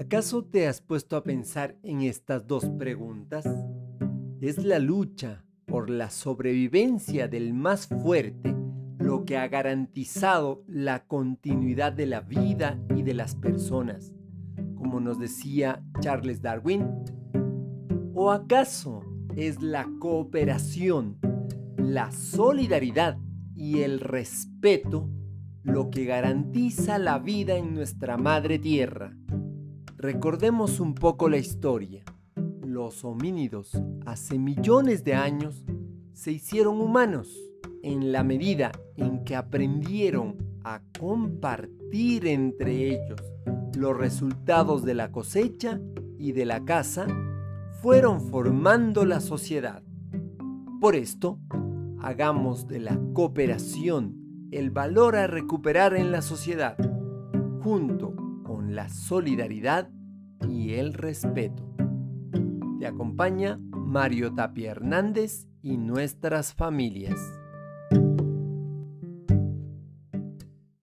¿Acaso te has puesto a pensar en estas dos preguntas? ¿Es la lucha por la sobrevivencia del más fuerte lo que ha garantizado la continuidad de la vida y de las personas, como nos decía Charles Darwin? ¿O acaso es la cooperación, la solidaridad y el respeto lo que garantiza la vida en nuestra madre tierra? Recordemos un poco la historia. Los homínidos hace millones de años se hicieron humanos en la medida en que aprendieron a compartir entre ellos los resultados de la cosecha y de la caza, fueron formando la sociedad. Por esto, hagamos de la cooperación el valor a recuperar en la sociedad, junto con la solidaridad y el respeto. Te acompaña Mario Tapia Hernández y nuestras familias.